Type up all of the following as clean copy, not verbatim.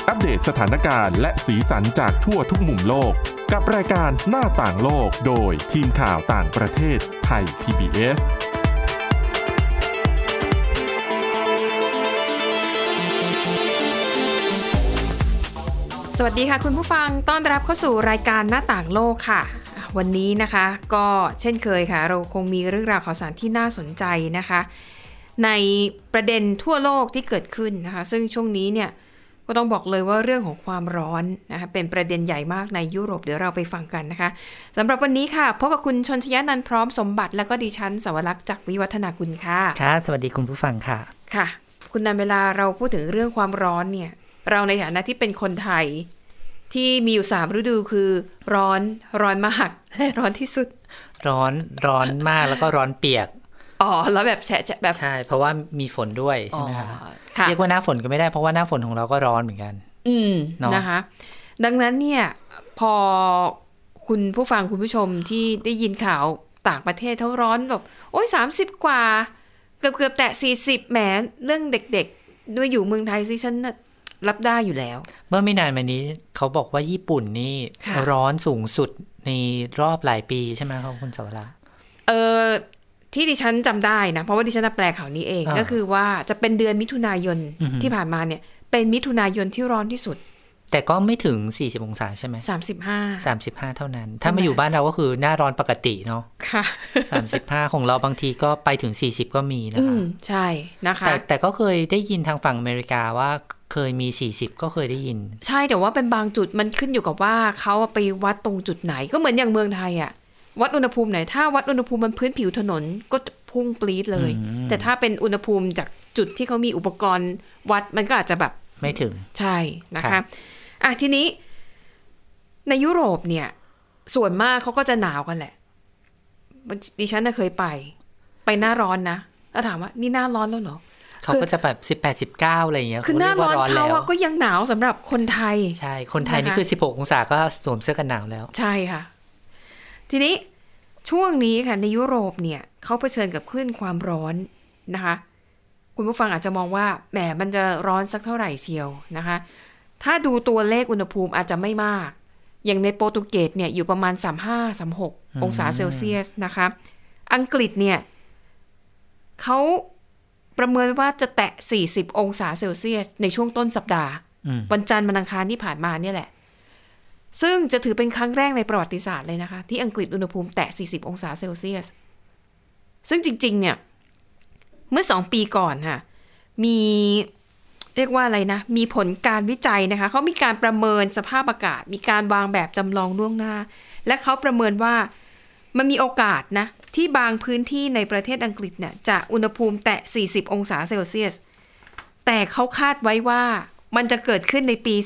อัปเดตสถานการณ์และสีสันจากทั่วทุกมุมโลกกับรายการหน้าต่างโลกโดยทีมข่าวต่างประเทศไทย PBS สวัสดีค่ะคุณผู้ฟังต้อนรับเข้าสู่รายการหน้าต่างโลกค่ะวันนี้นะคะก็เช่นเคยค่ะเราคงมีเรื่องราวข่าวสารที่น่าสนใจนะคะในประเด็นทั่วโลกที่เกิดขึ้นนะคะซึ่งช่วงนี้เนี่ยก็ต้องบอกเลยว่าเรื่องของความร้อนนะคะเป็นประเด็นใหญ่มากในยุโรปเดี๋ยวเราไปฟังกันนะคะสำหรับวันนี้ค่ะพบกับคุณชนชยนันท์พร้อมสมบัติแล้วก็ดิฉันสวรักษ์จากวิวัฒนาคุณค่ะค่ะสวัสดีคุณผู้ฟังค่ะค่ะคุณนันเวลาเราพูดถึงเรื่องความร้อนเนี่ยเราในฐานะที่เป็นคนไทยที่มีอยู่3ฤดูคือร้อนมากและร้อนที่สุดร้อนมากแล้วก็ร้อนเปียกแล้วแบบแฉะแบบใช่เพราะว่ามีฝนด้วยใช่ไหมคะเรียกว่าหน้าฝนก็ไม่ได้เพราะว่าหน้าฝนของเราก็ร้อนเหมือนกันนะคะดังนั้นเนี่ยพอคุณผู้ฟังคุณผู้ชมที่ได้ยินข่าวต่างประเทศเขาร้อนแบบโอ๊ย30กว่าเกือบแตะ40แหมเรื่องเด็กๆด้วยอยู่เมืองไทยซิฉันรับได้อยู่แล้วเมื่อไม่นานมานี้เขาบอกว่าญี่ปุ่นนี่ร้อนสูงสุดในรอบหลายปีใช่ไหมครับคุณสวรักษ์ที่ดิฉันจำได้นะเพราะว่าดิฉันแปลข่าวนี้เองก็คือว่าจะเป็นเดือนมิถุนายนที่ผ่านมาเนี่ยเป็นมิถุนายนที่ร้อนที่สุดแต่ก็ไม่ถึง40องศาใช่ไหม35เท่านั้นถ้ามาอยู่บ้านเราก็คือหน้าร้อนปกติเนาะค่ะ 35ของเราบางทีก็ไปถึง40ก็มีนะคะใช่นะคะแต่ก็เคยได้ยินทางฝั่งอเมริกาว่าเคยมี40ก็เคยได้ยินใช่แต่ว่าเป็นบางจุดมันขึ้นอยู่กับว่าเขาไปวัดตรงจุดไหนก็เหมือนอย่างเมืองไทยอ่ะวัดอุณหภูมิไหนถ้าวัดอุณหภูมิบนพื้นผิวถนนก็พุ่งปรี๊ดเลยแต่ถ้าเป็นอุณหภูมิจากจุดที่เขามีอุปกรณ์วัดมันก็อาจจะแบบไม่ถึงใช่นะคะทีนี้ในยุโรปเนี่ยส่วนมากเขาก็จะหนาวกันแหละดิฉันเคยไปหน้าร้อนนะแล้วถามว่านี่หน้าร้อนแล้วเหรอเขาก็จะแบบ18-19อะไรอย่างเงี้ยคือหน้าร้อนเขาก็ยังหนาวสำหรับคนไทยใช่คนไทยนี่คือ16องศาก็สวมเสื้อกันหนาวแล้วใช่ค่ะทีนี้ช่วงนี้ค่ะในยุโรปเนี่ยเขาเผชิญกับคลื่นความร้อนนะคะคุณผู้ฟังอาจจะมองว่าแหมมันจะร้อนสักเท่าไหร่เชียวนะคะถ้าดูตัวเลขอุณหภูมิอาจจะไม่มากอย่างในโปรตุเกสเนี่ยอยู่ประมาณ35-36องศาเซลเซียสนะคะอังกฤษเนี่ยเขาประเมินว่าจะแตะ40องศาเซลเซียสในช่วงต้นสัปดาห์วันจันทร์วันอังคารที่ผ่านมาเนี่ยแหละซึ่งจะถือเป็นครั้งแรกในประวัติศาสตร์เลยนะคะที่อังกฤษอุณหภูมิแตะ40องศาเซลเซียสซึ่งจริงๆเนี่ยเมื่อ2ปีก่อนค่ะมีเรียกว่าอะไรนะมีผลการวิจัยนะคะเขามีการประเมินสภาพอากาศมีการวางแบบจำลองล่วงหน้าและเขาประเมินว่ามันมีโอกาสนะที่บางพื้นที่ในประเทศอังกฤษเนี่ยจะอุณหภูมิแตะ40องศาเซลเซียสแต่เขาคาดไว้ว่ามันจะเกิดขึ้นในปี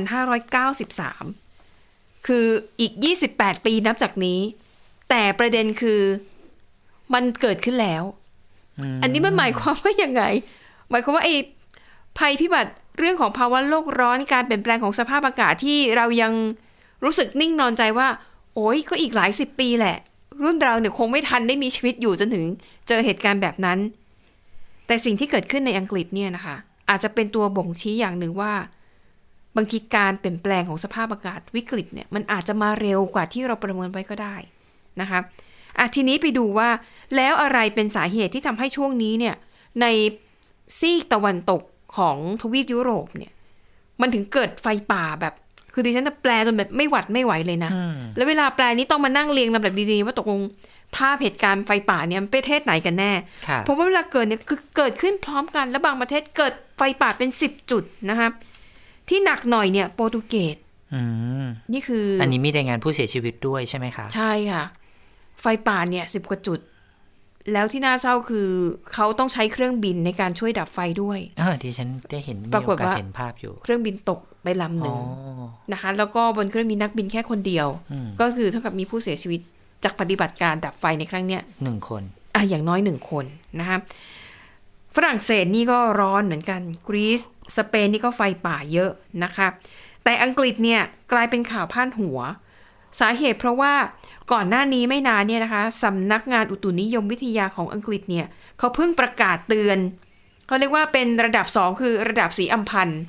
2593คืออีก28ปีนับจากนี้แต่ประเด็นคือมันเกิดขึ้นแล้วอันนี้มันหมายความว่ายังไงหมายความว่าไอ้ภัยพิบัติเรื่องของภาวะโลกร้อนการเปลี่ยนแปลงของสภาพอากาศที่เรายังรู้สึกนิ่งนอนใจว่าโอ๊ยก็อีกหลาย10ปีแหละรุ่นเราเนี่ยคงไม่ทันได้มีชีวิตอยู่จนถึงเจอเหตุการณ์แบบนั้นแต่สิ่งที่เกิดขึ้นในอังกฤษเนี่ยนะคะอาจจะเป็นตัวบ่งชี้อย่างหนึ่งว่าบางทีการเปลี่ยนแปลงของสภาพอากาศวิกฤตเนี่ยมันอาจจะมาเร็วกว่าที่เราประเมินไว้ก็ได้นะคะทีนี้ไปดูว่าแล้วอะไรเป็นสาเหตุที่ทำให้ช่วงนี้เนี่ยในซีกตะวันตกของทวีปยุโรปเนี่ยมันถึงเกิดไฟป่าแบบคือดิฉันจะแปลจนแบบไม่หวัดไม่ไหวเลยนะแล้วเวลาแปลนี้ต้องมานั่งเรียงลำดับดีๆว่าตกลงภาพเหตุการณ์ไฟป่าเนี่ยประเทศไหนกันแน่เพราะว่าเวลาเกิดเนี่ยคือเกิดขึ้นพร้อมกันแล้วบางประเทศเกิดไฟป่าเป็น10จุดนะคะที่หนักหน่อยเนี่ยโปรตุเกสนี่คืออันนี้มีรายงานผู้เสียชีวิตด้วยใช่ไหมคะใช่ค่ะไฟป่าเนี่ย10กว่าจุดแล้วที่น่าเศร้าคือเขาต้องใช้เครื่องบินในการช่วยดับไฟด้วยดิฉันได้เห็นมีโอกาสเห็นภาพอยู่เครื่องบินตกไปลำหนึ่งนะคะแล้วก็บนเครื่องบินนักบินแค่คนเดียวก็คือเท่ากับมีผู้เสียชีวิตจากปฏิบัติการดับไฟในครั้งเนี้ย 1คนอย่างน้อย1คนนะคะฝรั่งเศสนี่ก็ร้อนเหมือนกันกรีซสเปนนี่ก็ไฟป่าเยอะนะคะแต่อังกฤษเนี่ยกลายเป็นข่าวพาดหัวสาเหตุเพราะว่าก่อนหน้านี้ไม่นานเนี่ยนะคะสำนักงานอุตุนิยมวิทยาของอังกฤษเนี่ยเขาเพิ่งประกาศเตือนเขาเรียกว่าเป็นระดับ2คือระดับสีอัมพันธ์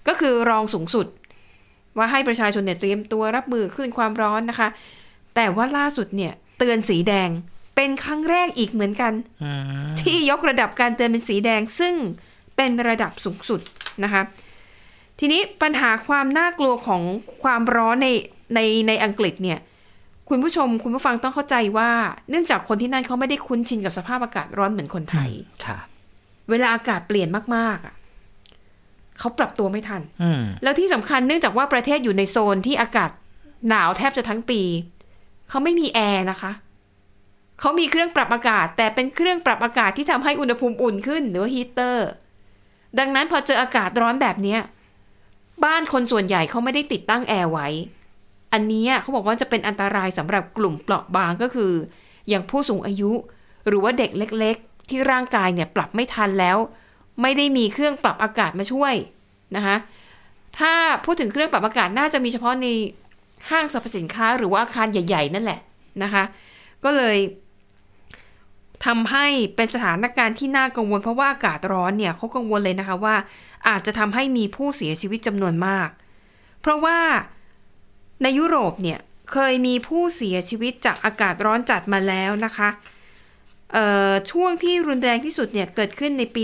ก็คือรองสูงสุดว่าให้ประชาชนเนี่ยเตรียมตัวรับมือคลื่นความร้อนนะคะแต่ว่าล่าสุดเนี่ยเตือนสีแดงเป็นครั้งแรกอีกเหมือนกันที่ยกระดับการเตือนเป็นสีแดงซึ่งเป็นระดับสูงสุดนะคะทีนี้ปัญหาความน่ากลัวของความร้อนในอังกฤษเนี่ยคุณผู้ชมคุณผู้ฟังต้องเข้าใจว่าเนื่องจากคนที่นั่นเขาไม่ได้คุ้นชินกับสภาพอากาศร้อนเหมือนคนไทยเวลาอากาศเปลี่ยนมากๆเขาปรับตัวไม่ทันแล้วที่สำคัญเนื่องจากว่าประเทศอยู่ในโซนที่อากาศหนาวแทบจะทั้งปีเขาไม่มีแอร์นะคะเขามีเครื่องปรับอากาศแต่เป็นเครื่องปรับอากาศที่ทำให้อุณหภูมิอุ่นขึ้นหรือว่าฮีตเตอร์ดังนั้นพอเจออากาศร้อนแบบนี้บ้านคนส่วนใหญ่เขาไม่ได้ติดตั้งแอร์ไว้อันนี้เขาบอกว่าจะเป็นอันตรายสำหรับกลุ่มเปราะบางก็คืออย่างผู้สูงอายุหรือว่าเด็กเล็กๆที่ร่างกายเนี่ยปรับไม่ทันแล้วไม่ได้มีเครื่องปรับอากาศมาช่วยนะคะถ้าพูดถึงเครื่องปรับอากาศน่าจะมีเฉพาะในห้างสรรพสินค้าหรือว่าอาคารใหญ่ๆนั่นแหละนะคะก็เลยทำให้เป็นสถานการณ์ที่น่ากังวลเพราะว่าอากาศร้อนเนี่ยเขากังวลเลยนะคะว่าอาจจะทำให้มีผู้เสียชีวิตจำนวนมากเพราะว่าในยุโรปเนี่ยเคยมีผู้เสียชีวิตจากอากาศร้อนจัดมาแล้วนะคะช่วงที่รุนแรงที่สุดเนี่ยเกิดขึ้นในปี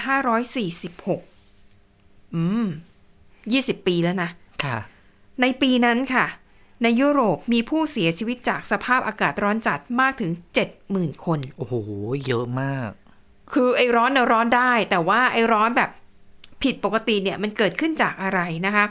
2546 20 ปีแล้วนะในปีนั้นค่ะในยุโรปมีผู้เสียชีวิตจากสภาพอากาศร้อนจัดมากถึง 70,000 คนโอ้โหเยอะมากคือไอ้ร้อนร้อนได้แต่ว่าไอ้ร้อนแบบผิดปกติเนี่ยมันเกิดขึ้นจากอะไรนะคะ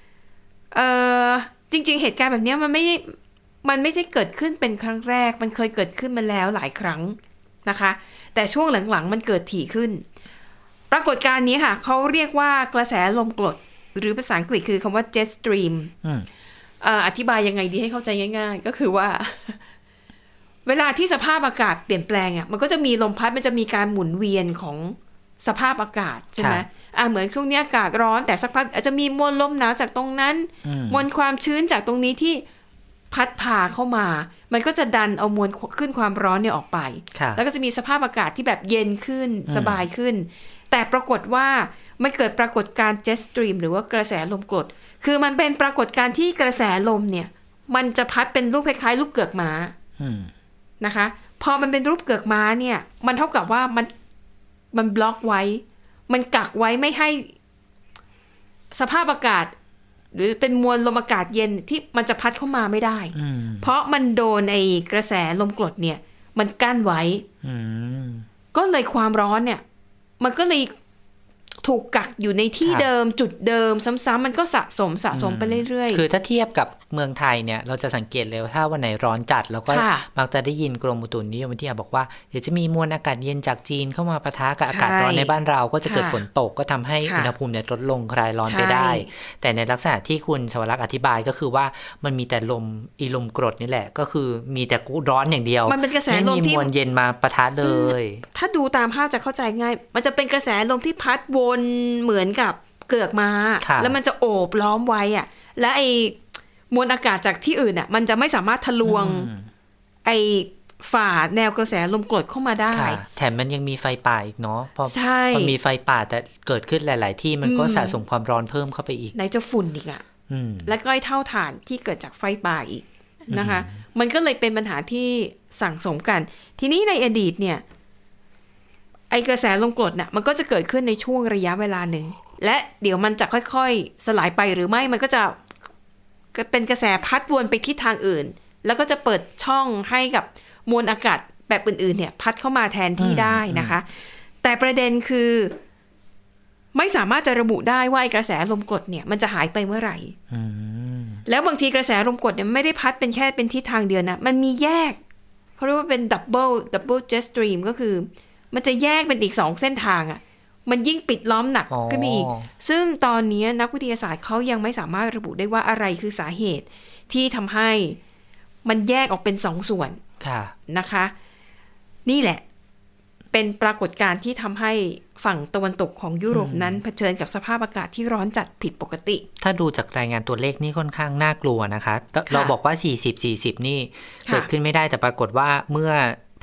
จริงๆเหตุการณ์แบบนี้มันไม่ใช่เกิดขึ้นเป็นครั้งแรกมันเคยเกิดขึ้นมาแล้วหลายครั้งนะคะแต่ช่วงหลังๆมันเกิดถี่ขึ้นปรากฏการณ์นี้ค่ะเขาเรียกว่ากระแสลมกรดหรือภาษาอังกฤษคือคำว่า jet stream อธิบายยังไงดีให้เข้าใจง่ายๆก็คือว่าเวลาที่สภาพอากาศเปลี่ยนแปลงมันก็จะมีลมพัดมันจะมีการหมุนเวียนของสภาพอากาศใช่ไหมเหมือนช่วงนี้อากาศร้อนแต่สักพักอาจจะมีมวลลมหนาวจากตรงนั้นมวลความชื้นจากตรงนี้ที่พัดพาเข้ามามันก็จะดันเอามวลขึ้นความร้อนเนี่ยออกไปแล้วก็จะมีสภาพอากาศที่แบบเย็นขึ้นสบายขึ้นแต่ปรากฏว่ามันเกิดปรากฏการณ์ jet stream หรือว่ากระแสลมกรดคือมันเป็นปรากฏการณ์ที่กระแสลมเนี่ยมันจะพัดเป็นรูปคล้ายๆรูปเกือกม้านะคะพอมันเป็นรูปเกือกม้าเนี่ยมันเท่ากับว่ามันบล็อกไว้มันกักไว้ไม่ให้สภาพอากาศหรือเป็นมวลลมอากาศเย็นที่มันจะพัดเข้ามาไม่ได้เพราะมันโดนไอ้กระแสลมกรดเนี่ยมันกั้นไว้ก็เลยความร้อนเนี่ยมันก็เลยถูกกักอยู่ในที่เดิมจุดเดิมซ้ำๆมันก็สะสมไปเรื่อยๆคือถ้าเทียบกับเมืองไทยเนี่ยเราจะสังเกตเลยว่าถ้าวันไหนร้อนจัดเราก็มักจะได้ยินกรมอุตุนิยมวิทยาบอกว่าเดี๋ยวจะมีมวลอากาศเย็นจากจีนเข้ามาปะทะกับอากาศร้อนในบ้านเราก็จะเกิดฝนตกก็ทำให้อุณหภูมิเนี่ยลดลงคลายร้อนไปได้แต่ในลักษณะที่คุณชวลักษณ์อธิบายก็คือว่ามันมีแต่ลมกรดนี่แหละก็คือมีแต่ร้อนอย่างเดียวมันเป็นกระแสลมที่ไม่มีมวลเย็นมาปะทะเลยถ้าดูตามภาพจะเข้าใจง่ายมันจะเป็นกระแสลมที่พัดวนเหมือนกับเกือกม้าแล้วมันจะโอบล้อมไว้และไอ้มวลอากาศจากที่อื่นมันจะไม่สามารถทะลวงไอ้ฝ่าแนวกระแสลมกรดเข้ามาได้แถมมันยังมีไฟป่าอีกเนาะพอมีไฟป่าแต่เกิดขึ้นหลายๆที่มันก็สะสมความร้อนเพิ่มเข้าไปอีกไหนจะฝุ่นอีกและก็ไอ้เท่าฐานที่เกิดจากไฟป่าอีกนะคะมันก็เลยเป็นปัญหาที่สั่งสมกันทีนี้ในอดีตเนี่ยไอ้กระแสลมกรดน่ะมันก็จะเกิดขึ้นในช่วงระยะเวลาหนึ่งและเดี๋ยวมันจะค่อยๆสลายไปหรือไม่มันก็จะเป็นกระแสพัดวนไปทิศทางอื่นแล้วก็จะเปิดช่องให้กับมวลอากาศแบบอื่นๆเนี่ยพัดเข้ามาแทนที่ได้นะคะแต่ประเด็นคือไม่สามารถจะระบุได้ว่ากระแสลมกรดเนี่ยมันจะหายไปเมื่อไหร่แล้วบางทีกระแสลมกรดเนี่ยไม่ได้พัดเป็นแค่เป็นทิศทางเดียวนะมันมีแยกเขาเรียกว่าเป็นดับเบิลเจ็ตสตรีมก็คือมันจะแยกเป็นอีก2เส้นทางมันยิ่งปิดล้อมหนักขึ้นไปอีกซึ่งตอนนี้นักวิทยาศาสตร์เขายังไม่สามารถระบุได้ว่าอะไรคือสาเหตุที่ทำให้มันแยกออกเป็น2ส่วนนะคะนี่แหละเป็นปรากฏการณ์ที่ทำให้ฝั่งตะวันตกของยุโรปนั้นเผชิญกับสภาพอากาศที่ร้อนจัดผิดปกติถ้าดูจากรายงานตัวเลขนี่ค่อนข้างน่ากลัวนะคะเราบอกว่า40นี่เกิดขึ้นไม่ได้แต่ปรากฏว่าเมื่อเผ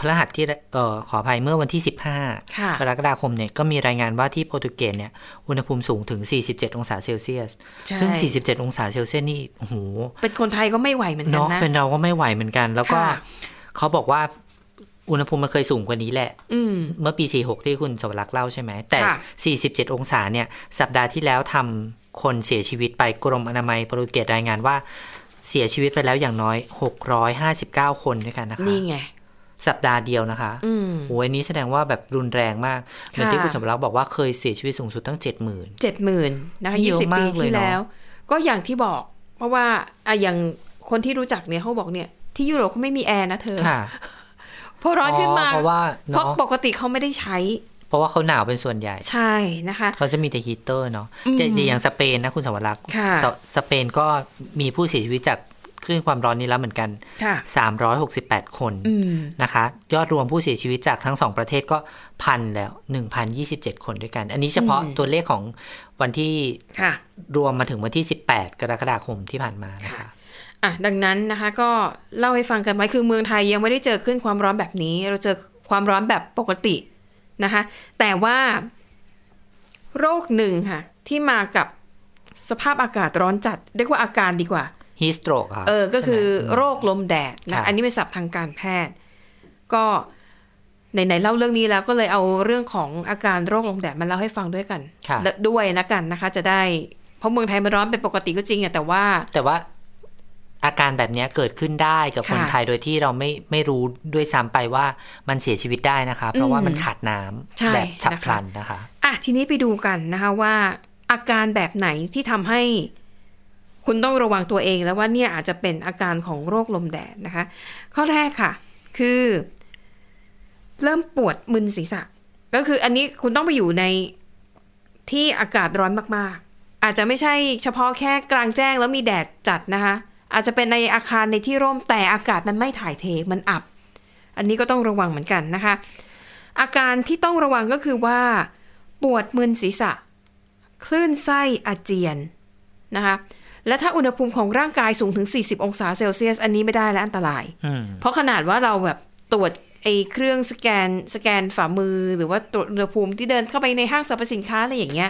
พฤหัสที่ขออภัยเมื่อวันที่15กรกฎาคมเนี่ยก็มีรายงานว่าที่โปรตุเกสเนี่ยอุณหภูมิสูงถึง47องศาเซลเซียสซึ่ง47องศาเซลเซียสนี่โอ้โหเป็นคนไทยก็ไม่ไหวเหมือนกันนะเป็นเราก็ไม่ไหวเหมือนกันแล้วก็เขาบอกว่าอุณหภูมิมันเคยสูงกว่านี้แหละเมื่อปี46ที่คุณสวรักษ์เล่าใช่ไหมแต่47องศาเนี่ยสัปดาห์ที่แล้วทำคนเสียชีวิตไปกรมอนามัยโปรตุเกสรายงานว่าเสียชีวิตไปแล้วอย่างน้อย659คนด้วยกันนะคะนี่ไงสัปดาห์เดียวนะคะโอ้ยนี้แสดงว่าแบบรุนแรงมากเหมือนที่คุณสมรักษ์บอกว่าเคยเสียชีวิตสูงสุดตั้ง 70,000 นะคะ20 ปีที่แล้วก็อย่างที่บอกเพราะว่าอย่างคนที่รู้จักเนี่ยเขาบอกเนี่ยที่ยุโรปเขาไม่มีแอร์นะเธอพอร้อนขึ้นมาเพราะปกติเขาไม่ได้ใช้เพราะว่าเขาหนาวเป็นส่วนใหญ่ใช่นะคะเขาจะมีแต่ฮีเตอร์เนาะแต่อย่างสเปนนะคุณสมรักษ์สเปนก็มีผู้เสียชีวิตจากคลื่นความร้อนนี้แล้วเหมือนกัน368คนนะคะยอดรวมผู้เสียชีวิตจากทั้ง2ประเทศก็พันแล้ว 1,027 คนด้วยกันอันนี้เฉพาะตัวเลขของวันที่รวมมาถึงวันที่18กรกฎาคมที่ผ่านมานะคะดังนั้นนะคะก็เล่าให้ฟังกันไว้คือเมืองไทยยังไม่ได้เจอคลื่นความร้อนแบบนี้เราเจอความร้อนแบบปกตินะคะแต่ว่าโรคหนึ่งค่ะที่มากับสภาพอากาศร้อนจัดเรียกว่าอาการดีกว่าฮีสโตรกค่ะก็คือโรคลมแดดนะอันนี้เป็นศัพท์ทางการแพทย์ก็ไหนๆเล่าเรื่องนี้แล้วก็เลยเอาเรื่องของอาการโรคลมแดดมาเล่าให้ฟังด้วยกันด้วยนะกันนะคะจะได้เพราะเมืองไทยมันร้อนเป็นปกติก็จริงแต่ว่าอาการแบบนี้เกิดขึ้นได้กับคนไทยโดยที่เราไม่รู้ด้วยซ้ำไปว่ามันเสียชีวิตได้นะคะเพราะว่ามันขาดน้ำแบบฉับพลันนะคะทีนี้ไปดูกันนะคะว่าอาการแบบไหนที่ทำให้คุณต้องระวังตัวเองแล้วว่าเนี่ยอาจจะเป็นอาการของโรคลมแดดนะคะข้อแรกค่ะคือเริ่มปวดมึนศีรษะก็คืออันนี้คุณต้องไปอยู่ในที่อากาศร้อนมากๆอาจจะไม่ใช่เฉพาะแค่กลางแจ้งแล้วมีแดดจัดนะคะอาจจะเป็นในอาคารในที่ร่มแต่อากาศมันไม่ถ่ายเทมันอับอันนี้ก็ต้องระวังเหมือนกันนะคะอาการที่ต้องระวังก็คือว่าปวดมึนศีรษะคลื่นไส้อาเจียนนะคะและถ้าอุณหภูมิของร่างกายสูงถึง40องศาเซลเซียสอันนี้ไม่ได้และอันตรายเพราะขนาดว่าเราแบบตรวจไอ้เครื่องสแกนฝ่ามือหรือว่าตรวจอุณหภูมิที่เดินเข้าไปในห้างสรรพสินค้าอะไรอย่างเงี้ย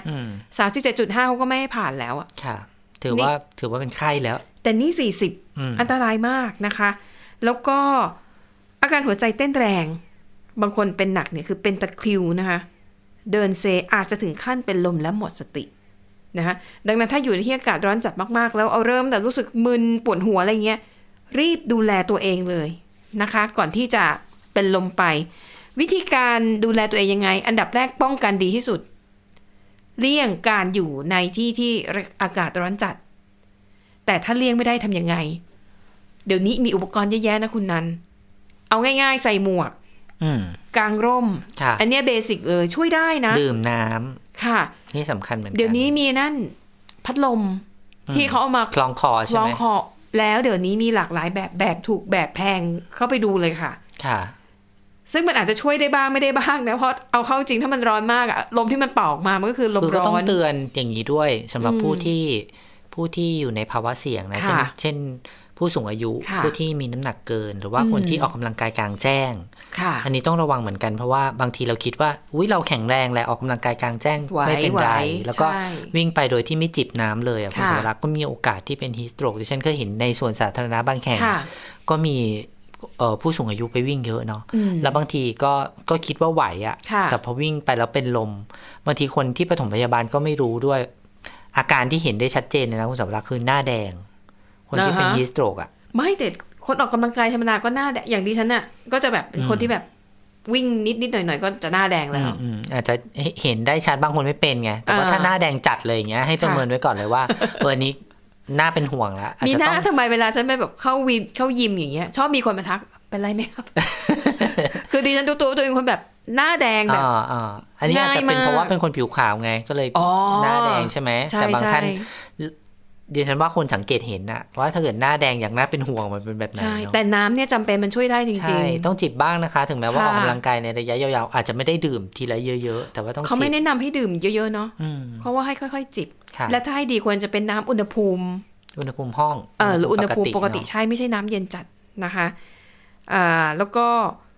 37.5เขาก็ไม่ให้ผ่านแล้วอ่ะค่ะถือว่าเป็นไข้แล้วแต่นี่40อันตรายมากนะคะแล้วก็อาการหัวใจเต้นแรงบางคนเป็นหนักเนี่ยคือเป็นตะคริวนะคะเดินเซอาจจะถึงขั้นเป็นลมและหมดสตินะคะดังนั้นถ้าอยู่ในที่อากาศร้อนจัดมากๆแล้วเอาเริ่มแต่รู้สึกมึนปวดหัวอะไรเงี้ยรีบดูแลตัวเองเลยนะคะก่อนที่จะเป็นลมไปวิธีการดูแลตัวเองยังไงอันดับแรกป้องกันดีที่สุดเลี่ยงการอยู่ในที่อากาศร้อนจัดแต่ถ้าเลี่ยงไม่ได้ทำยังไงเดี๋ยวนี้มีอุปกรณ์เยอะแยะนะคุณนันเอาง่ายๆใส่หมวกกางร่มอันนี้เบสิกเลยช่วยได้นะดื่มน้ำค่ะนี่สำคัญเหมือนกันเดี๋ยวนี้มีนั่นพัดลมที่เขาเอามาคล้องคอใช่ไหมคล้องคอแล้วเดี๋ยวนี้มีหลากหลายแบบถูกแบบแพงเข้าไปดูเลยค่ะค่ะซึ่งมันอาจจะช่วยได้บ้างไม่ได้บ้างนะเพราะเอาเข้าจริงถ้ามันร้อนมากอะลมที่มันเป่าออกมามันก็คือลมร้อนก็ต้องเตือนอย่างนี้ด้วยสำหรับผู้ที่อยู่ในภาวะเสี่ยงนะเช่นผู้สูงอายุผู้ที่มีน้ำหนักเกินหรือว่าคนที่ออกกำลังกายกลางแจ้งอันนี้ต้องระวังเหมือนกันเพราะว่าบางทีเราคิดว่าอุ๊ยเราแข็งแรงแหละออกกำลังกายกลางแจ้งไม่เป็นไรแล้วก็วิ่งไปโดยที่ไม่จิบน้ำเลยคุณสวรักษ์ก็มีโอกาสที่เป็นฮีสโตรกดิฉันเคยเห็นในสวนสาธารณะบางแห่งก็มีผู้สูงอายุไปวิ่งเยอะเนาะแล้วบางทีก็คิดว่าไหวอ่ะแต่พอวิ่งไปแล้วเป็นลมบางทีคนที่ปฐมพยาบาลก็ไม่รู้ด้วยอาการที่เห็นได้ชัดเจนเลยนะคุณสวรักษ์คือหน้าแดงคนที่เป็นฮีสโตรกอ่ะไม่แต่คนออกกำลังกายธรรมดาก็หน้าแดงอย่างดิฉันน่ะก็จะแบบเป็นคนที่แบบวิ่งนิดหน่อยก็จะหน้าแดงแล้วอาจจะเห็นได้ชัดบางคนไม่เป็นไงแต่ว่าถ้าหน้าแดงจัดเลยอย่างเงี้ยให้ประเมินไว้ก่อนเลยว่าวันนี้น่าเป็นห่วงแล้วมีหน้าทำไมเวลาฉันไปแบบเข้ายิมอย่างเงี้ยชอบมีคนมาทักเป็นไรไหมครับ คือดิฉันตัวเองคนแบบหน้าแดงแบบอันนี้อาจจะเป็นเพราะว่าเป็นคนผิวขาวไงก็เลยหน้าแดงใช่ไหมแต่บางท่านดิฉันว่าคนสังเกตเห็นนะว่าถ้าเกิดหน้าแดงอย่างน่าเป็นห่วงมันเป็นแบบไหนใช่แต่น้ำเนี่ยจำเป็นมันช่วยได้จริงๆใช่ต้องจิบบ้างนะคะถึงแม้ว่าออกกำลังกายในระยะยาวๆอาจจะไม่ได้ดื่มทีละเยอะๆแต่ว่าต้องเขาไม่แนะนำให้ดื่มเยอะๆเนาะเพราะว่าให้ค่อยๆจิบและถ้าให้ดีควรจะเป็นน้ำอุณหภูมิห้องหรืออุณหภูมิปกติใช่ไม่ใช่น้ำเย็นจัดนะคะแล้วก็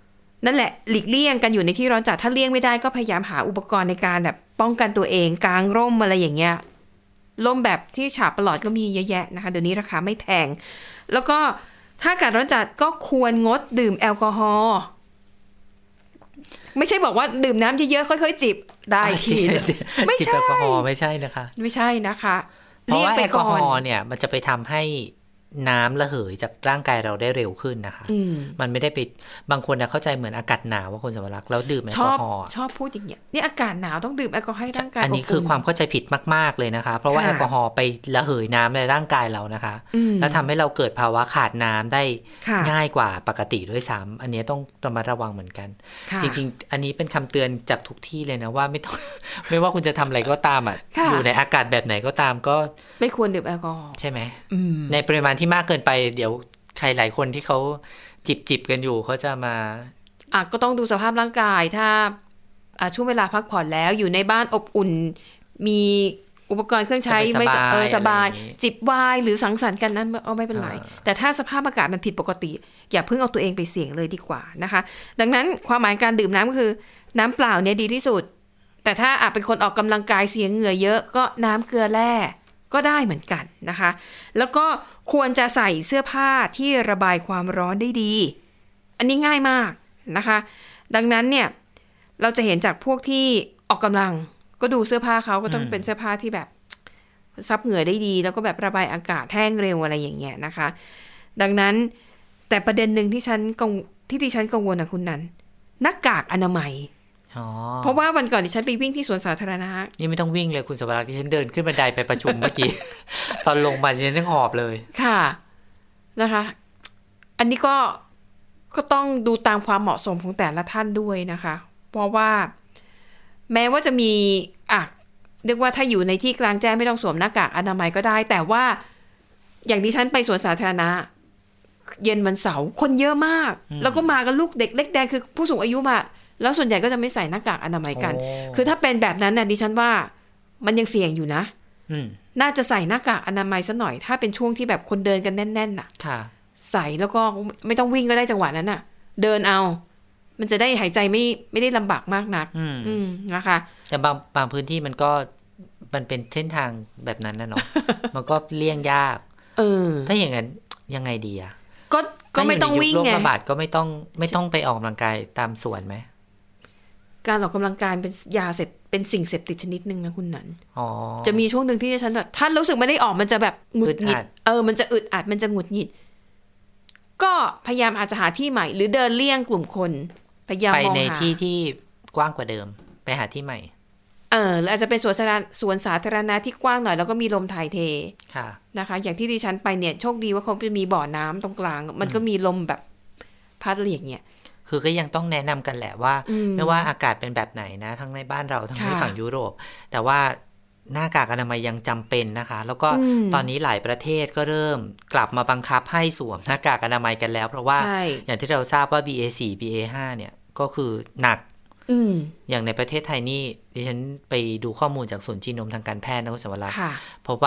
นั่นแหละหลีกเลี่ยงกันอยู่ในที่ร้อนจัดถ้าเลี่ยงไม่ได้ก็พยายามหาอุปกรณ์ในการแบบป้องกันตัวเองกางร่มอะไรอย่างเงี้ยร่มแบบที่ฉาบประหลอดก็มีเยอะแยะนะคะเดี๋ยวนี้ราคาไม่แพงแล้วก็ถ้าอากาศร้อนจัดก็ควรงดดื่มแอลกอฮอล์ไม่ใช่บอกว่าดื่มน้ำเยอะๆค่อยๆจิบได้ทีไม่ใช่จิบแอลกอฮอล์ไม่ใช่นะคะไม่ใช่นะคะเพราะว่าแอลกอฮอล์เนี่ยมันจะไปทำให้น้ำระเหยจากร่างกายเราได้เร็วขึ้นนะคะมันไม่ได้ไปบางคนเข้าใจเหมือนอากาศหนาวว่าคนสวรักษ์แล้วดื่มแอลกอฮอล์ชอบพูดอย่างเงี้ยนี่อากาศหนาวต้องดื่มแอลกอฮอล์ให้ร่างกายอันนี้คือความเข้าใจผิดมากๆเลยนะคะเพราะว่าแอลกอฮอล์ไประเหยน้ำในร่างกายเรานะคะแล้วทำให้เราเกิดภาวะขาดน้ำได้ง่ายกว่าปกติด้วยซ้ำอันนี้ต้องระมัดระวังเหมือนกันจริงๆอันนี้เป็นคำเตือนจากทุกที่เลยนะว่าไม่ต้องไม่ว่าคุณจะทำอะไรก็ตามอยู่ในอากาศแบบไหนก็ตามก็ไม่ควรดื่มแอลกอฮอล์ใช่ไหมในปริมาณที่มากเกินไปเดี๋ยวใครหลายคนที่เขาจิบกันอยู่เขาจะมาก็ต้องดูสภาพร่างกายถ้าช่วงเวลาพักผ่อนแล้วอยู่ในบ้านอบอุ่นมีอุปกรณ์เครื่องใช้ไม่สบายจิบไวน์หรือสังสรรค์กันนั้นไม่เป็นไรแต่ถ้าสภาพอากาศมันผิดปกติอย่าเพิ่งเอาตัวเองไปเสี่ยงเลยดีกว่านะคะดังนั้นความหมายการดื่มน้ำก็คือน้ำเปล่าเนี่ยดีที่สุดแต่ถ้าเป็นคนออกกำลังกายเสียเหงื่อเยอะก็น้ำเกลือแร่ก็ได้เหมือนกันนะคะแล้วก็ควรจะใส่เสื้อผ้าที่ระบายความร้อนได้ดีอันนี้ง่ายมากนะคะดังนั้นเนี่ยเราจะเห็นจากพวกที่ออกกำลังก็ดูเสื้อผ้าเขาก็ต้องเป็นเสื้อผ้าที่แบบซับเหงื่อได้ดีแล้วก็แบบระบายอากาศแห้งเร็วอะไรอย่างเงี้ยนะคะดังนั้นแต่ประเด็นหนึ่งที่ดิฉันกังวลนะคุณนั้นหน้ากากอนามัยเพราะว่าวันก่อนดิฉันไปวิ่งที่สวนสาธารณะนี่ไม่ต้องวิ่งเลยคุณสวรักษ์ที่ฉันเดินขึ้นบันไดไปประชุมเมื่อกี้ ตอนลงมาดิฉันยังหอบเลยค่ะนะคะอันนี้ก็ต้องดูตามความเหมาะสมของแต่ละท่านด้วยนะคะเพราะว่าแม้ว่าจะมีเรียกว่าถ้าอยู่ในที่กลางแจ้งไม่ต้องสวมหน้ากากอนามัยก็ได้แต่ว่าอย่างดิฉันไปสวนสาธารณะเย็นวันเสาร์คนเยอะมากแล้วก็มากันลูกเด็กเล็กแดงคือผู้สูงอายุมาแล้วส่วนใหญ่ก็จะไม่ใส่หน้ากากอนามัยกันคือถ้าเป็นแบบนั้นน่ะดิฉันว่ามันยังเสี่ยงอยู่นะน่าจะใส่หน้ากากอนามัยซะหน่อยถ้าเป็นช่วงที่แบบคนเดินกันแน่นๆน่ะใส่แล้วก็ไม่ต้องวิ่งก็ได้จังหวะนั้นน่ะเดินเอามันจะได้หายใจไม่ได้ลำบากมากนักนะคะแต่บางพื้นที่มันเป็นเส้นทางแบบนั้นนะเนาะ มันก็เลี่ยงยากถ้าอย่างนั้นยังไงดีอ่ะก็ไม่ต้องวิ่งไงโรคระบาดก็ไม่ต้องไปออกกำลังกายตามสวนไหมการออกกำลังกายเป็นสิ่งเสพติดชนิดนึงนะคุณนั้นจะมีช่วงหนึ่งที่ฉันแบบถ้ารู้สึกไม่ได้ออกมันจะแบบหงุดหงิดมันจะอึดอัดมันจะหงุดหงิดก็พยายามอาจจะหาที่ใหม่หรือเดินเลี่ยงกลุ่มคนพยายามมองหาไปในที่กว้างกว่าเดิมไปหาที่ใหม่หรืออาจจะเป็นสวนสาธารณะที่กว้างหน่อยแล้วก็มีลมถ่ายเทนะคะอย่างที่ดิฉันไปเนี่ยโชคดีว่าเขาจะมีบ่อน้ำตรงกลางมันก็มีลมแบบพัดอะไรอย่างเงี้ยคือก็ยังต้องแนะนำกันแหละว่าไม่ว่าอากาศเป็นแบบไหนนะทั้งในบ้านเราทั้งในฝั่งยุโรปแต่ว่าหน้ากากอนามัยยังจำเป็นนะคะแล้วก็ตอนนี้หลายประเทศก็เริ่มกลับมาบังคับให้สวมหน้ากากอนามัยกันแล้วเพราะว่าอย่างที่เราทราบว่า BA4 BA5 เนี่ยก็คือหนักอย่างในประเทศไทยนี่ดิฉันไปดูข้อมูลจากศูนย์จีโนมทางการแพทย์นะคุณสวรักษ์เพราะว่า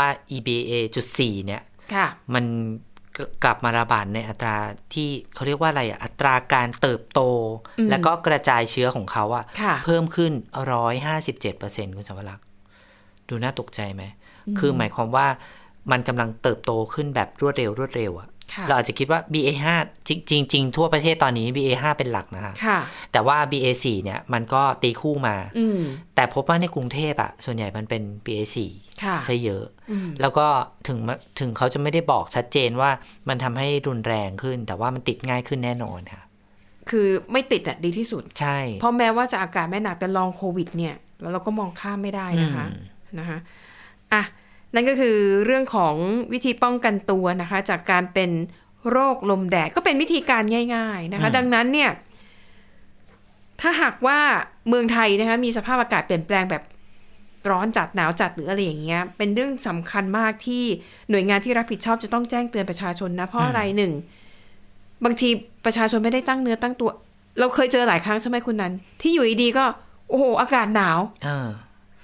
EBA.4 เนี่ยมันกลับมาระบาดในอัตราที่เขาเรียกว่าอะไรอัตราการเติบโตและก็กระจายเชื้อของเขาเพิ่มขึ้น 157% คุณสวรักษ์ดูน่าตกใจไหมคือหมายความว่ามันกำลังเติบโตขึ้นแบบรวดเร็วอ่ะเราอาจจะคิดว่า BA5 จริงทั่วประเทศตอนนี้ BA5 เป็นหลักนะคะแต่ว่า BA4 เนี่ยมันก็ตีคู่มาแต่พบว่าในกรุงเทพส่วนใหญ่มันเป็น BA4 ซะเยอะแล้วก็ถึงเขาจะไม่ได้บอกชัดเจนว่ามันทำให้รุนแรงขึ้นแต่ว่ามันติดง่ายขึ้นแน่นอนค่ะคือไม่ติดดีที่สุดใช่เพราะแม้ว่าจะอาการไม่หนักแต่ลองโควิดเนี่ยแล้วเราก็มองข้ามไม่ได้นะคะนั่นก็คือเรื่องของวิธีป้องกันตัวนะคะจากการเป็นโรคลมแดดก็เป็นวิธีการง่ายๆนะคะดังนั้นเนี่ยถ้าหากว่าเมืองไทยนะคะมีสภาพอากาศเปลี่ยนแปลงแบบร้อนจัดหนาวจัดหรืออะไรอย่างเงี้ยเป็นเรื่องสำคัญมากที่หน่วยงานที่รับผิดชอบจะต้องแจ้งเตือนประชาชนนะเพราะอะไรหนึ่งบางทีประชาชนไม่ได้ตั้งเนื้อตั้งตัวเราเคยเจอหลายครั้งใช่ไหมคุณนั้นที่อยู่ดีๆก็โอ้โหอากาศหนาว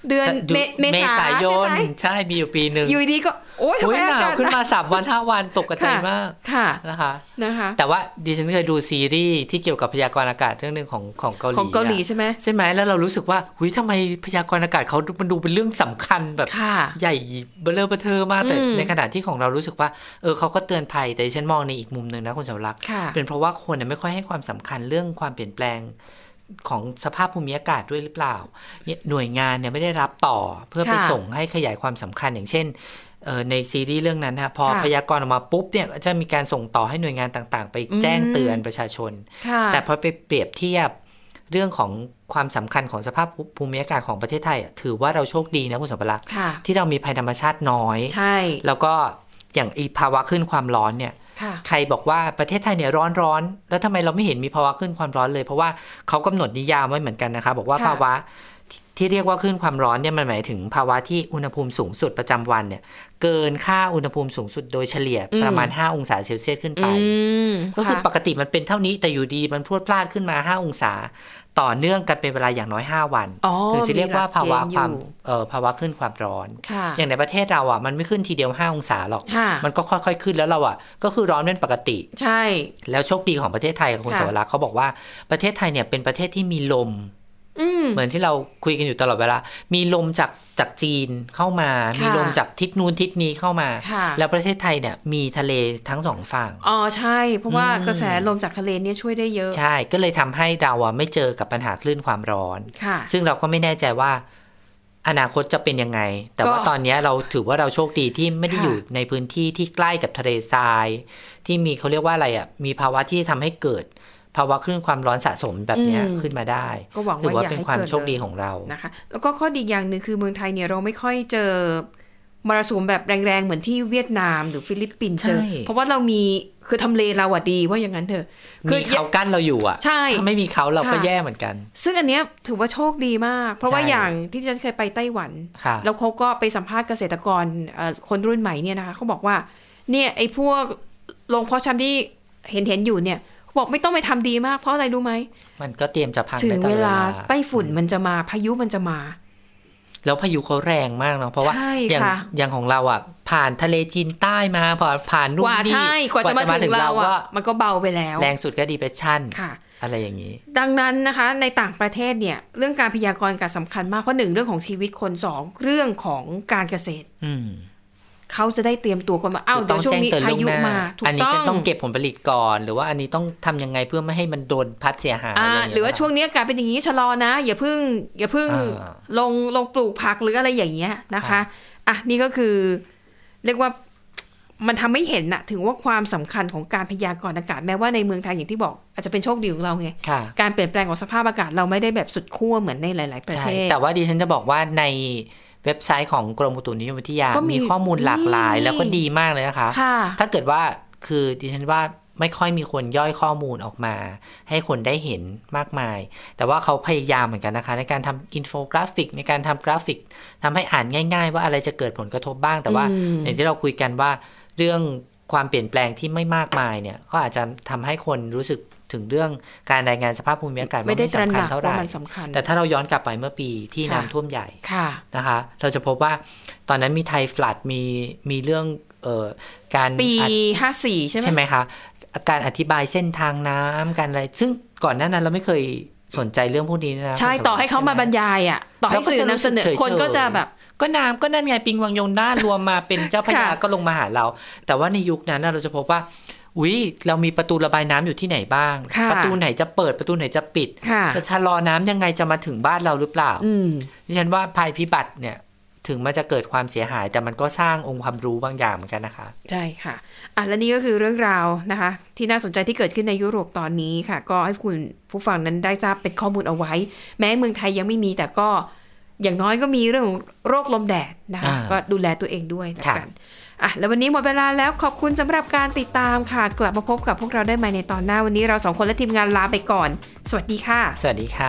เดือนเมษายนใช่มีอยู่ปีนึงอยู่ดีก็โอ้ยทำไมหนาวขึ้นมา3วัน5วันตกกระจายมากนะคะแต่ว่าดิฉันเคยดูซีรีส์ที่เกี่ยวกับพยากรณ์อากาศเรื่องนึงของเกาหลีใช่ไหมแล้วเรารู้สึกว่าหุยทำไมพยากรณ์อากาศเขามันดูเป็นเรื่องสำคัญแบบใหญ่เบ้อเร่อเบ้อเทอมากแต่ในขณะที่ของเรารู้สึกว่าเขาก็เตือนภัยแต่ดิฉันมองในอีกมุมนึงนะคุณเสาวรักษ์เป็นเพราะว่าคนไม่ค่อยให้ความสำคัญเรื่องความเปลี่ยนแปลงของสภาพภูมิอากาศด้วยหรือเปล่าหน่วยงานเนี่ยไม่ได้รับต่อเพื่อไปส่งให้ขยายความสำคัญอย่างเช่นในซีรีส์เรื่องนั้นนะพอพยากรณ์ออกมาปุ๊บเนี่ยจะมีการส่งต่อให้หน่วยงานต่างๆไปแจ้งเตือนประชาชนแต่พอไปเปรียบเทียบเรื่องของความสำคัญของสภาพภูมิอากาศของประเทศไทยถือว่าเราโชคดีนะคุณสมบัติที่เรามีภัยธรรมชาติน้อยแล้วก็อย่างภาวะขึ้นความร้อนเนี่ยใครบอกว่าประเทศไทยเนี่ยร้อนแล้วทำไมเราไม่เห็นมีภาวะขึ้นความร้อนเลยเพราะว่าเขากำหนดนิยามไว้เหมือนกันนะคะบอกว่าภาวะที่เรียกว่าขึ้นความร้อนเนี่ยมันหมายถึงภาวะที่อุณหภูมิสูงสุดประจำวันเนี่ยเกินค่าอุณหภูมิสูงสุดโดยเฉลี่ยประมาณ5องศาเซลเซียสขึ้นไปก็คือปกติมันเป็นเท่านี้แต่อยู่ดีมันพรวดพลาดขึ้นมา5องศาต่อเนื่องกันเป็นเวลาอย่างน้อย5วันถึงจะเรียกว่าภาวะขึ้นความร้อนอย่างในประเทศเราอ่ะมันไม่ขึ้นทีเดียว5องศาหรอกมันก็ค่อยๆขึ้นแล้วเราอ่ะก็คือร้อนเป็นปกติใช่แล้วโชคดีของประเทศไทยคุณสวรักษ์เขาบอกว่าประเทศไทยเนี่ยเป็นประเทศที่มีลมเหมือนที่เราคุยกันอยู่ตลอดเวลามีลมจากจีนเข้ามามีลมจากทิศนู้นทิศนี้เข้ามาแล้วประเทศไทยเนี่ยมีทะเลทั้งสองฝั่งใช่เพราะว่ากระแสลมจากทะเลเนี่ยช่วยได้เยอะใช่ก็เลยทำให้เราไม่เจอกับปัญหาคลื่นความร้อนซึ่งเราก็ไม่แน่ใจว่าอนาคตจะเป็นยังไงแต่ว่าตอนนี้เราถือว่าเราโชคดีที่ไม่ได้อยู่ในพื้นที่ที่ใกล้กับทะเลทรายที่มีเขาเรียกว่าอะไรมีภาวะที่ทำให้เกิดภาวะคลื่นความร้อนสะสมแบบนี้ขึ้นมาได้ก็หวังว่าอย่าให้เกิดเป็นความโชคดีของเรานะคะแล้วก็ข้อดีอย่างนึงคือเมืองไทยเนี่ยเราไม่ค่อยเจอมรสุมแบบแรงๆเหมือนที่เวียดนามหรือฟิลิปปินส์เจอเพราะว่าเรามีคือทำเลเราดีว่าอย่างนั้นเถอะมีเขากั้นเราอยู่อ่ะถ้าไม่มีเขาเราก็แย่เหมือนกันซึ่งอันเนี้ยถือว่าโชคดีมากเพราะว่าอย่างที่ฉันเคยไปไต้หวันแล้วเขาก็ไปสัมภาษณ์เกษตรกรคนรุ่นใหม่เนี่ยนะคะเขาบอกว่าเนี่ยไอ้พวกโรงเพาะชำที่เห็นอยู่เนี่ยบอกไม่ต้องไปทำดีมากเพราะอะไรรู้ไหมมันก็เตรียมจะพังถึงเวลาไต้ฝุ่นมันจะมาพายุมันจะมาแล้วพายุเขาแรงมากเนาะเพราะว่าอย่างของเราอ่ะผ่านทะเลจีนใต้มาผ่านนู่นนี่กว่าจะมาถึงเราอ่ะมันก็เบาไปแล้วแรงสุดก็ดีเพรสชั่นอะไรอย่างนี้ดังนั้นนะคะในต่างประเทศเนี่ยเรื่องการพยากรณ์การสำคัญมากเพราะ1เรื่องของชีวิตคน2เรื่องของการเกษตรเขาจะได้เตรียมตัวก่อนว่าเดี๋ยวช่วงนี้พายุมาอันนี้ฉันต้องเก็บผลผลิตก่อนหรือว่าอันนี้ต้องทำยังไงเพื่อไม่ให้มันโดนพัดเสียหายหรือว่าช่วงนี้อากาศเป็นอย่างนี้ชะลอนะอย่าเพิ่งลงปลูกผักหรืออะไรอย่างเงี้ยนะคะนี่ก็คือเรียกว่ามันทำให้เห็นถึงว่าความสำคัญของการพยากรณ์อากาศแม้ว่าในเมืองไทยอย่างที่บอกอาจจะเป็นโชคดีของเราไงการเปลี่ยนแปลงของสภาพอากาศเราไม่ได้แบบสุดขั้วเหมือนในหลายๆประเทศแต่ว่าดิฉันจะบอกว่าในเว็บไซต์ของกรมอุตุนิยมวิทยามีข้อมูลหลากหลายแล้วก็ดีมากเลยนะคะถ้าเกิดว่าคือดิฉันว่าไม่ค่อยมีคนย่อยข้อมูลออกมาให้คนได้เห็นมากมายแต่ว่าเขาพยายามเหมือนกันนะคะในการทำอินโฟกราฟิกในการทำกราฟิกทำให้อ่านง่ายๆว่าอะไรจะเกิดผลกระทบบ้างแต่ว่าอย่างที่เราคุยกันว่าเรื่องความเปลี่ยนแปลงที่ไม่มากมายเนี่ยก็อาจจะทำให้คนรู้สึกถึงเรื่องการรายงานสภาพภูมิอากาศไม่ได้สำคัญเท่าไหร่แต่ถ้าเราย้อนกลับไปเมื่อปีที่น้ำท่วมใหญ่นะคะเราจะพบว่าตอนนั้นมีไทยฟลัดมีเรื่องการปี54ใช่ไหมคะการอธิบายเส้นทางน้ำการอะไรซึ่งก่อนหน้านั้นเราไม่เคยสนใจเรื่องพวกนี้นะใช่ต่อให้เขามาบรรยายต่อให้สื่อนำเสนอคนก็จะแบบก็น้ำก็นั่นไงปิงวังยมน่ารวมมาเป็นเจ้าพระยาก็ลงมาหาเราแต่ว่าในยุคนั้นเราจะพบว่าเรามีประตูระบายน้ำอยู่ที่ไหนบ้างประตูไหนจะเปิดประตูไหนจะปิดจะชะลอน้ำยังไงจะมาถึงบ้านเราหรือเปล่าดิฉันว่าภัยพิบัติเนี่ยถึงมันจะเกิดความเสียหายแต่มันก็สร้างองค์ความรู้บางอย่างเหมือนกันนะคะใช่ค่ะและนี่ก็คือเรื่องราวนะคะที่น่าสนใจที่เกิดขึ้นในยุโรปตอนนี้ค่ะก็ให้คุณผู้ฟังนั้นได้ทราบเป็นข้อมูลเอาไว้แม้เมืองไทยยังไม่มีแต่ก็อย่างน้อยก็มีเรื่องโรคลมแดดนะคะก็ดูแลตัวเองด้วยแล้วกันแล้ววันนี้หมดเวลาแล้วขอบคุณสำหรับการติดตามค่ะกลับมาพบกับพวกเราได้ใหม่ในตอนหน้าวันนี้เรา2คนและทีมงานลาไปก่อนสวัสดีค่ะสวัสดีค่ะ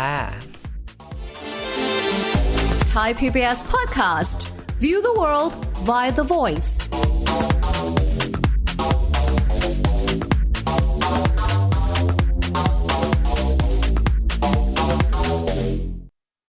Thai PBS Podcast View the world via the voice